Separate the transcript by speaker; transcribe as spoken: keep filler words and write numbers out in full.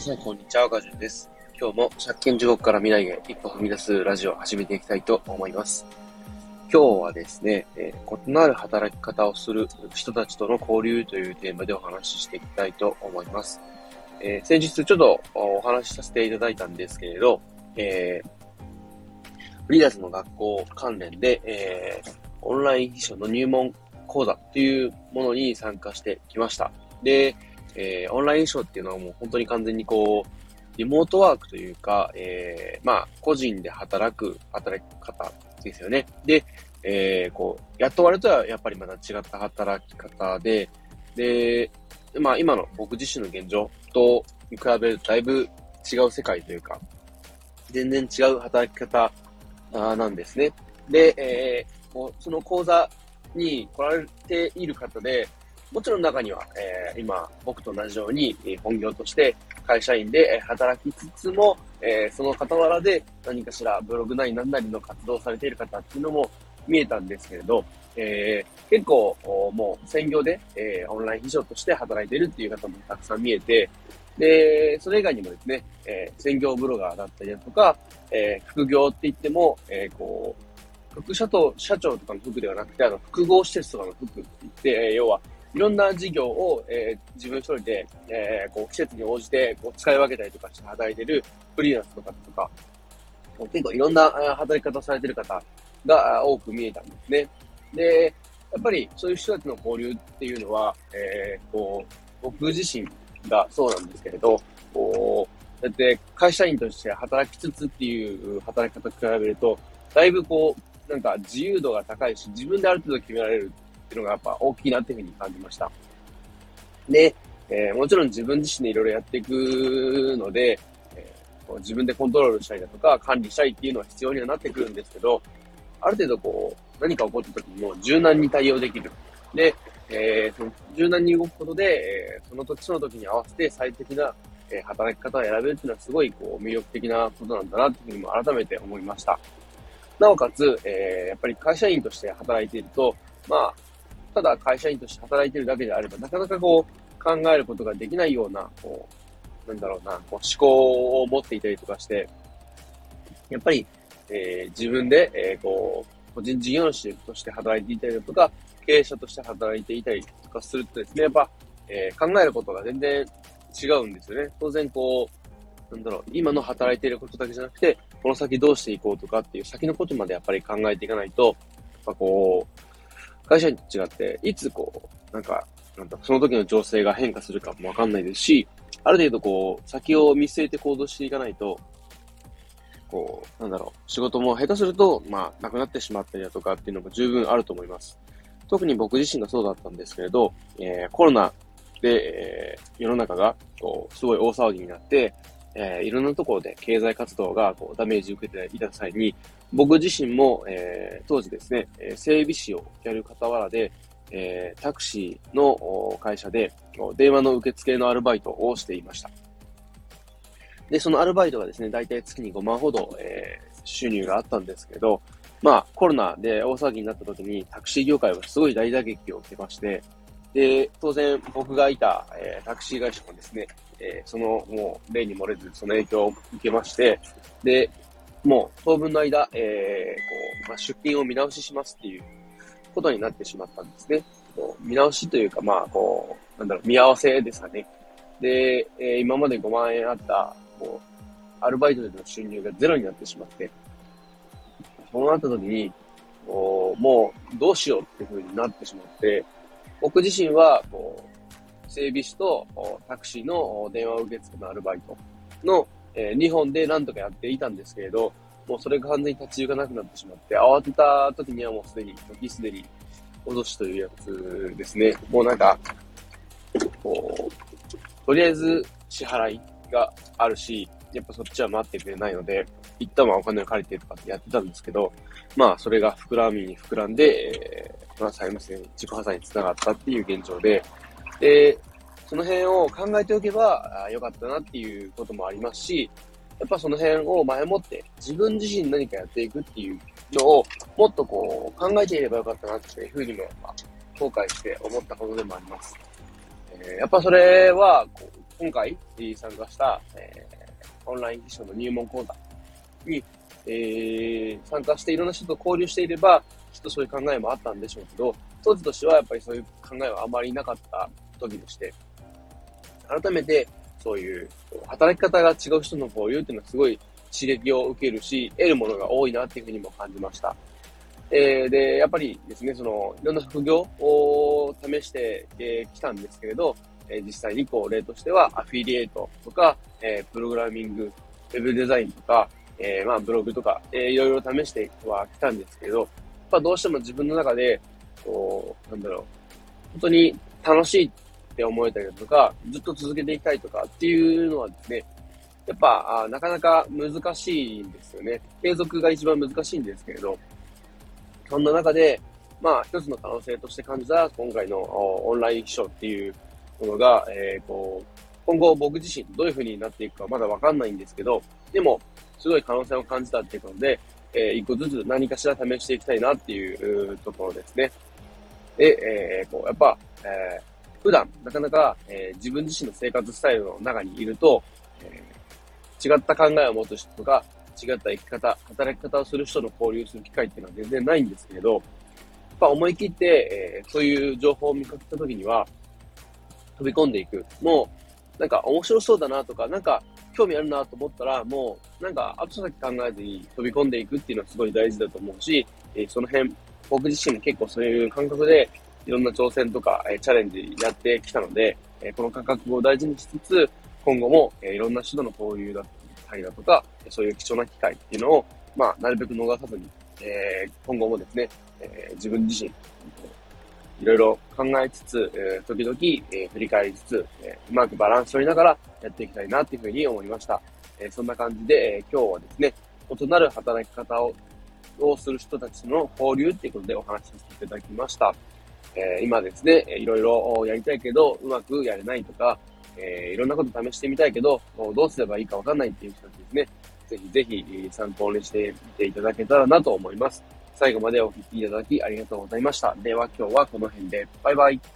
Speaker 1: さんこんにちは、岡潤です。今日も借金地獄から未来へ一歩踏み出すラジオを始めていきたいと思います。今日はですね、えー異なる働き方をする人たちとの交流というテーマでお話ししていきたいと思います。えー先日ちょっとお話しさせていただいたんですけれど、えーフリーランスの学校関連で、えーオンライン秘書の入門講座というものに参加してきました。で、えーオンライン秘書っていうのはもう本当に完全にこう、リモートワークというか、えーまあ、個人で働く働き方ですよね。で、えーこう、雇われとはやっぱりまた違った働き方で、で、まあ今の僕自身の現状と比べるとだいぶ違う世界というか、全然違う働き方あーなんですね。で、えーこうその講座に来られている方で、もちろん中には、えー今、僕と同じように、えー本業として会社員でえー働きつつも、えーその傍らで何かしらブログなり何なりの活動をされている方っていうのも見えたんですけれど、えー結構、おもう専業で、えーオンライン秘書として働いているっていう方もたくさん見えて、で、それ以外にもですね、えー専業ブロガーだったりだとか、えー副業って言っても、えーこう、副社長、社長とかの副ではなくて、あの、複合施設とかの副って言って、えー要は、いろんな事業を、えー自分一人で、えーこう、季節に応じて、こう、使い分けたりとかして働いているフリーランスの方とか、結構いろんなあ働き方をされている方があ多く見えたんですね。で、やっぱりそういう人たちの交流っていうのは、えーこう、僕自身がそうなんですけれど、こう、だって会社員として働きつつっていう働き方と比べると、だいぶこう、なんか自由度が高いし、自分である程度決められるっていうのがやっぱ大きいなっていうふうに感じました。で、えーもちろん自分自身でいろいろやっていくので、えーこう自分でコントロールしたりだとか管理したりっていうのは必要にはなってくるんですけど、ある程度こう、何か起こった時にも柔軟に対応できる。で、えーその柔軟に動くことで、えーその時その時に合わせて最適な、えー働き方を選べるっていうのはすごいこう魅力的なことなんだなっていうふうにも改めて思いました。なおかつ、えーやっぱり会社員として働いていると、まあ、ただ会社員として働いているだけであれば、なかなかこう、考えることができないような、こう、なんだろうな、こう思考を持っていたりとかして、やっぱり、えー自分で、えーこう、個人事業主として働いていたりだとか、経営者として働いていたりとかするとですね、やっぱ、えー考えることが全然違うんですよね。当然こう、なんだろう、今の働いていることだけじゃなくて、この先どうしていこうとかっていう先のことまでやっぱり考えていかないと、やっぱこう、会社員と違って、いつこう、なんか、なんだ、その時の情勢が変化するかもわかんないですし、ある程度こう、先を見据えて行動していかないと、こう、なんだろう、仕事も下手すると、まあ、なくなってしまったりだとかっていうのも十分あると思います。特に僕自身がそうだったんですけれど、えーコロナで、えー世の中が、こう、すごい大騒ぎになって、えーいろんなところで経済活動が、こう、ダメージを受けていた際に、僕自身も、えー当時ですね、えー整備士をやる傍らで、えータクシーのお会社で、お電話の受付のアルバイトをしていました。で、そのアルバイトがですね、だいたい月にごまんほど、えー収入があったんですけど、まあ、コロナで大騒ぎになった時に、タクシー業界はすごい大打撃を受けまして、で、当然僕がいた、えータクシー会社もですね、えーその、もう、例に漏れず、その影響を受けまして、で、もう、当分の間、えーこう、まあ、出勤を見直ししますっていうことになってしまったんですね。こう見直しというか、まあ、こう、なんだろう、見合わせですかね。で、えー今までごまん円あった、こう、アルバイトでの収入がゼロになってしまって、そうなった時に、おもうどうしようっていう風になってしまって、僕自身は、こう、整備士とおタクシーのお電話受付のアルバイトの、えー、にほんでなんとかやっていたんですけれど、もうそれが完全に立ち行かなくなってしまって、慌てた時にはもうすでに、時すでに脅しというやつですね。もうなんか、こう、とりあえず支払いがあるし、やっぱそっちは待ってくれないので、一旦はお金を借りてとかってやってたんですけど、まあそれが膨らみに膨らんで、えー、まあ債務性、自己破産につながったっていう現状で、で、その辺を考えておけばあ良かったなっていうこともありますし、やっぱその辺を前もって自分自身何かやっていくっていうのをもっとこう考えていればよかったなっていうふうにも、まあ、後悔して思ったことでもあります。えーやっぱそれはこう今回参加した、えー、オンライン秘書の入門講座に、えー、参加していろんな人と交流していれば、きっとそういう考えもあったんでしょうけど、当時としてはやっぱりそういう考えはあまりなかった時でして、改めてそういう働き方が違う人の交流っていうのはすごい刺激を受けるし、得るものが多いなっていうふうにも感じました。えー、で、やっぱりですね、その、いろんな副業を試してき、えー、たんですけれど、えー、実際にこう、例としては、アフィリエイトとか、えー、プログラミング、ウェブデザインとか、えー、まあ、ブログとか、えー、いろいろ試してはきたんですけど、やっぱどうしても自分の中で、こう、なんだろう、本当に楽しいって思えたりだとか、ずっと続けていきたいとかっていうのはですね、やっぱ、あなかなか難しいんですよね。継続が一番難しいんですけれど、そんな中で、まあ、一つの可能性として感じた今回のオンライン秘書っていうものが、えー、こう、今後僕自身どういう風になっていくかまだわかんないんですけど、でも、すごい可能性を感じたっていうことで、えー、一個ずつ何かしら試していきたいなっていうところですね。で、えー、こう、やっぱ、えー、普段、なかなか、えー、自分自身の生活スタイルの中にいると、えー、違った考えを持つ人とか、違った生き方、働き方をする人の交流する機会っていうのは全然ないんですけれど、やっぱ思い切って、えー、そういう情報を見かけた時には、飛び込んでいく。もう、なんか面白そうだなとか、なんか興味あるなと思ったら、もう、なんか後先考えずに飛び込んでいくっていうのはすごい大事だと思うし、えー、その辺、僕自身も結構そういう感覚で、いろんな挑戦とか、えー、チャレンジやってきたので、えー、この感覚を大事にしつつ、今後も、えー、いろんな人との交流だったりだとか、そういう貴重な機会っていうのを、まあ、なるべく逃さずに、えー、今後もですね、えー、自分自身、いろいろ考えつつ、えー、時々、えー、振り返りつつ、えー、うまくバランス取りながらやっていきたいなっていうふうに思いました。えー、そんな感じで、えー、今日はですね、異なる働き方ををする人たちの交流っていうことでお話しさせていただきました。えー、今ですね、いろいろやりたいけど、うまくやれないとか、えー、いろんなこと試してみたいけど、どうすればいいかわかんないっていう人たちですね、ぜひぜひ参考にしてみていただけたらなと思います。最後までお聞きいただきありがとうございました。では今日はこの辺で。バイバイ。